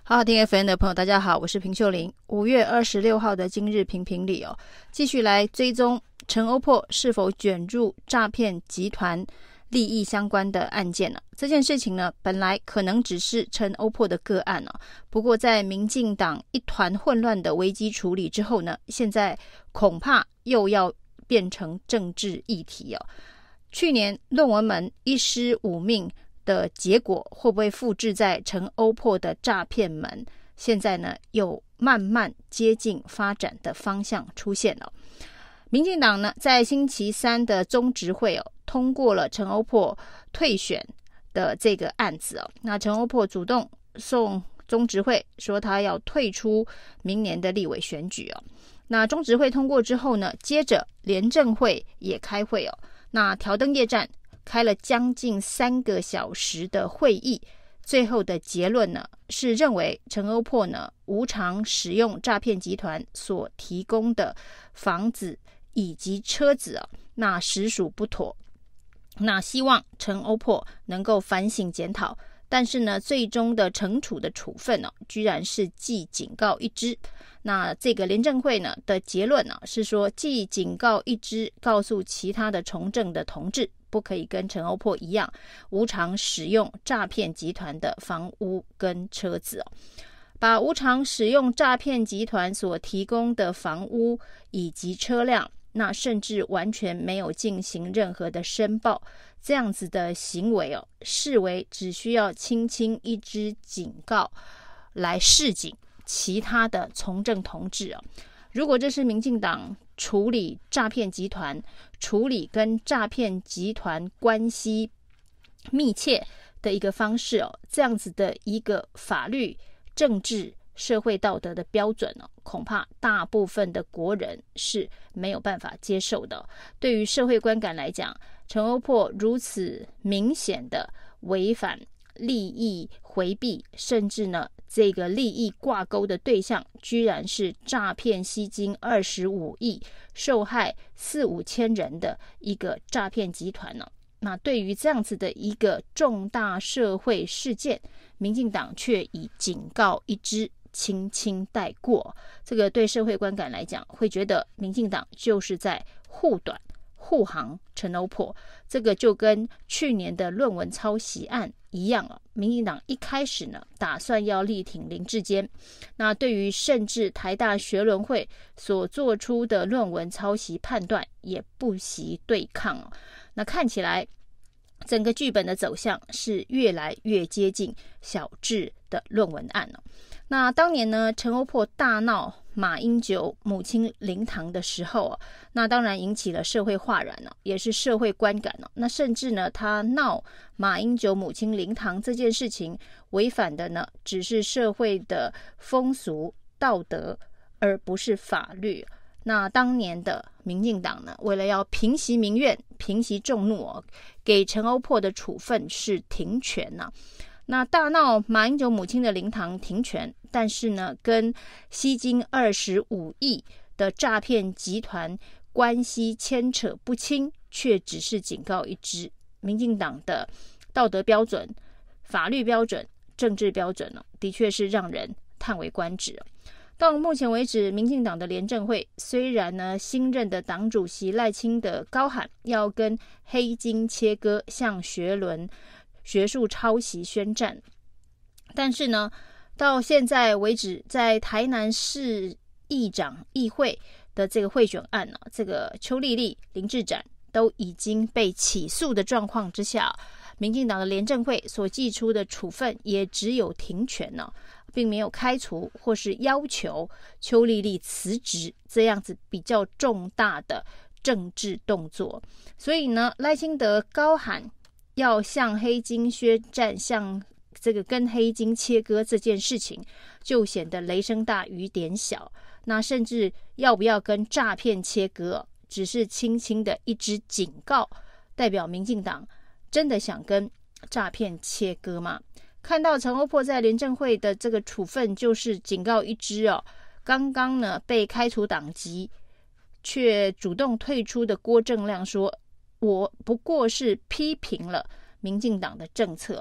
好好听 FM 的朋友大家好，我是平秀玲。5月26号的今日评评里继续来追踪陈欧珀是否卷入诈骗集团利益相关的案件呢？这件事情呢，本来可能只是陈欧珀的个案不过在民进党一团混乱的危机处理之后呢，现在恐怕又要变成政治议题去年论文门一尸五命的结果会不会复制在陈欧珀的诈骗门？现在呢，又慢慢接近发展的方向出现了。民进党呢，在星期三的中执会通过了陈欧珀退选的这个案子那陈欧珀主动送中执会说他要退出明年的立委选举那中执会通过之后呢，接着联政会也开会那挑灯夜战开了将近3个小时的会议，最后的结论呢是认为陈欧珀呢无偿使用诈骗集团所提供的房子以及车子那实属不妥。那希望陈欧珀能够反省检讨，但是呢，最终的惩处的处分居然是记警告一支。那这个联政会呢的结论是说，记警告一支，告诉其他的从政的同志，不可以跟陈欧珀一样无偿使用诈骗集团的房屋跟车子把无偿使用诈骗集团所提供的房屋以及车辆，那甚至完全没有进行任何的申报，这样子的行为视为只需要轻轻一支警告来示警其他的从政同志如果这是民进党处理诈骗集团，处理跟诈骗集团关系密切的一个方式这样子的一个法律、政治、社会道德的标准恐怕大部分的国人是没有办法接受的对于社会观感来讲，陈欧珀如此明显的违反利益回避，甚至呢这个利益挂钩的对象居然是诈骗吸金25亿、受害4-5千人的一个诈骗集团那对于这样子的一个重大社会事件，民进党却以警告一支轻轻带过，这个对社会观感来讲，会觉得民进党就是在护短护航陈欧珀，这个就跟去年的论文抄袭案一样民进党一开始呢打算要力挺林智坚，那对于甚至台大学伦会所做出的论文抄袭判断也不惜对抗那看起来整个剧本的走向是越来越接近小智的论文案那当年呢，陈欧珀大闹马英九母亲灵堂的时候那当然引起了社会哗然也是社会观感那甚至呢，他闹马英九母亲灵堂这件事情违反的呢，只是社会的风俗道德，而不是法律。那当年的民进党呢，为了要平息民怨、平息众怒给陈欧珀的处分是停权那大闹马英九母亲的灵堂停权，但是呢，跟吸金25亿的诈骗集团关系牵扯不清，却只是警告一支。民进党的道德标准、法律标准、政治标准的确是让人叹为观止到目前为止，民进党的联政会虽然呢，新任的党主席赖清德高喊要跟黑金切割，向学伦学术抄袭宣战，但是呢，到现在为止，在台南市议长议会的这个贿选案这个邱丽丽、林志展都已经被起诉的状况之下，民进党的联政会所寄出的处分也只有停权并没有开除或是要求邱丽丽辞职这样子比较重大的政治动作。所以呢，赖清德高喊要向黑金宣战，向这个跟黑金切割这件事情，就显得雷声大雨点小。那甚至要不要跟诈骗切割，只是轻轻的一支警告，代表民进党真的想跟诈骗切割吗？看到陈欧珀在联政会的这个处分就是警告一支刚刚呢被开除党籍却主动退出的郭正亮说，我不过是批评了民进党的政策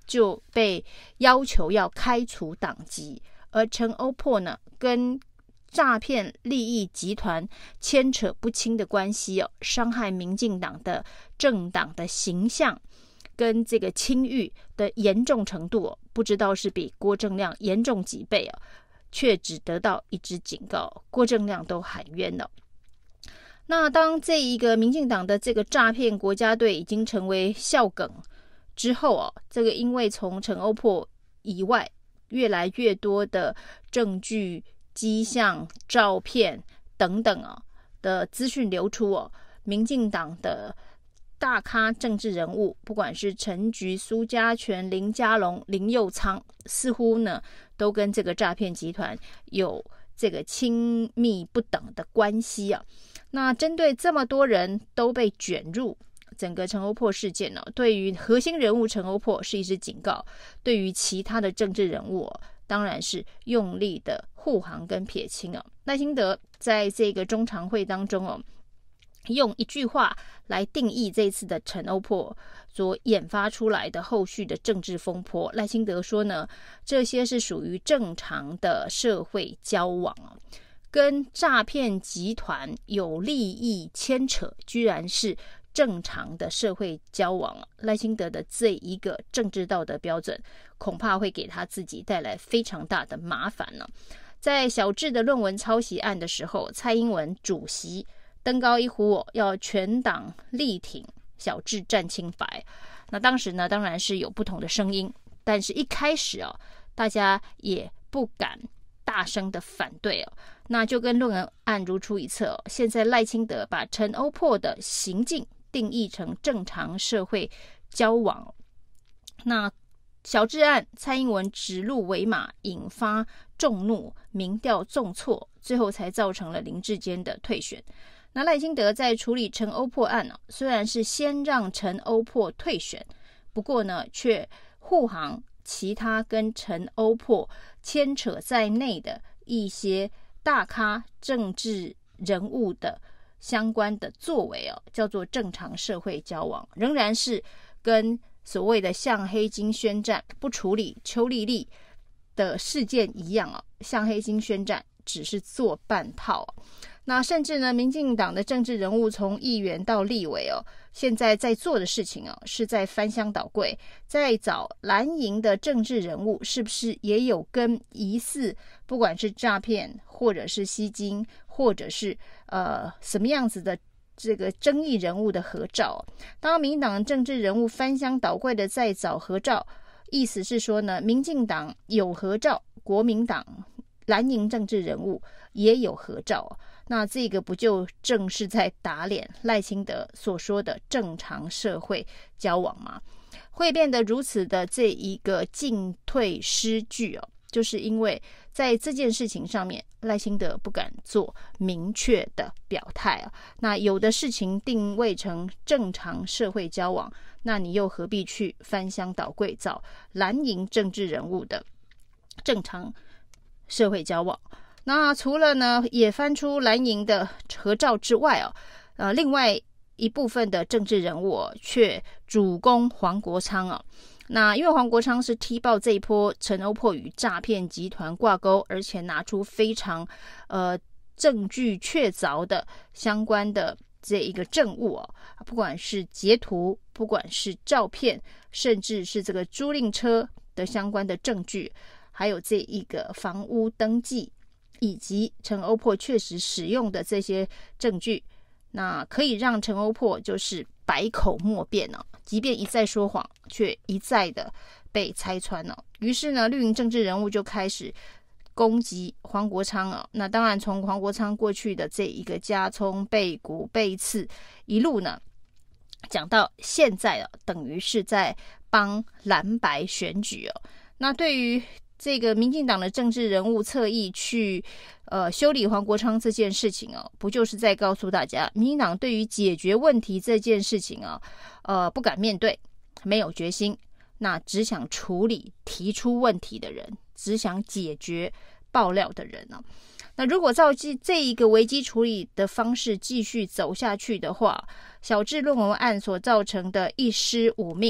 就被要求要开除党籍，而陈欧珀呢跟诈骗利益集团牵扯不清的关系伤害民进党的政党的形象跟这个清誉的严重程度不知道是比郭正亮严重几倍却只得到一支警告，郭正亮都喊冤了。那当这一个民进党的这个诈骗国家队已经成为笑梗之后这个因为从陈欧珀以外越来越多的证据、迹象、照片等等的资讯流出民进党的大咖政治人物，不管是陈菊、苏家全、林佳龙、林右昌，似乎呢都跟这个诈骗集团有这个亲密不等的关系那针对这么多人都被卷入整个陈欧珀事件对于核心人物陈欧珀是一支警告，对于其他的政治人物当然是用力的护航跟撇清赖清德在这个中常会当中用一句话来定义这次的陈欧珀所引发出来的后续的政治风波。赖清德说呢，这些是属于正常的社会交往跟诈骗集团有利益牵扯，居然是正常的社会交往赖清德的这一个政治道德标准恐怕会给他自己带来非常大的麻烦在小智的论文抄袭案的时候，蔡英文主席登高一呼要全党力挺小智站清白。那当时呢当然是有不同的声音，但是一开始大家也不敢大声的反对那就跟论文案如出一辙现在赖清德把陈欧珀的行径定义成正常社会交往那小智案蔡英文指鹿为马，引发众怒，民调重挫，最后才造成了林智坚的退选。那赖清德在处理陈欧珀案虽然是先让陈欧珀退选，不过呢却护航其他跟陈欧珀牵扯在内的一些大咖政治人物的相关的作为叫做正常社会交往，仍然是跟所谓的向黑金宣战不处理邱丽丽的事件一样向黑金宣战只是做半套那甚至呢民进党的政治人物从议员到立委现在在做的事情是在翻箱倒柜，在找蓝营的政治人物是不是也有跟疑似不管是诈骗或者是吸金或者是什么样子的这个争议人物的合照当民进党政治人物翻箱倒柜的在找合照，意思是说呢民进党有合照，国民党蓝营政治人物也有合照那这个不就正是在打脸赖清德所说的正常社会交往吗？会变得如此的这一个进退失据就是因为在这件事情上面赖清德不敢做明确的表态那有的事情定位成正常社会交往，那你又何必去翻箱倒柜找蓝营政治人物的正常社会交往？那除了呢也翻出蓝营的合照之外另外一部分的政治人物却主攻黄国昌那因为黄国昌是踢爆这一波陈欧珀与诈骗集团挂钩，而且拿出非常证据确凿的相关的这一个证物不管是截图，不管是照片，甚至是这个租赁车的相关的证据，还有这一个房屋登记，以及陈欧珀确实使用的这些证据，那可以让陈欧珀就是百口莫辩即便一再说谎，却一再的被拆穿于是呢绿营政治人物就开始攻击黄国昌那当然从黄国昌过去的这一个加葱背骨背刺一路呢讲到现在等于是在帮蓝白选举那对于这个民进党的政治人物侧翼去修理黄国昌这件事情不就是在告诉大家，民进党对于解决问题这件事情不敢面对，没有决心，那只想处理提出问题的人，只想解决爆料的人那如果照这一个危机处理的方式继续走下去的话，小智论文案所造成的一尸五命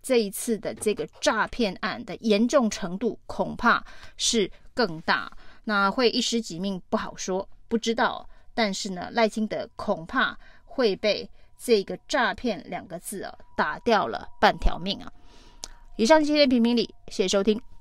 这一次的这个诈骗案的严重程度恐怕是更大。那会一尸几命不好说，不知道。但是呢，赖清德恐怕会被这个诈骗2个字打掉了半条命啊。以上今天评评理，谢谢收听。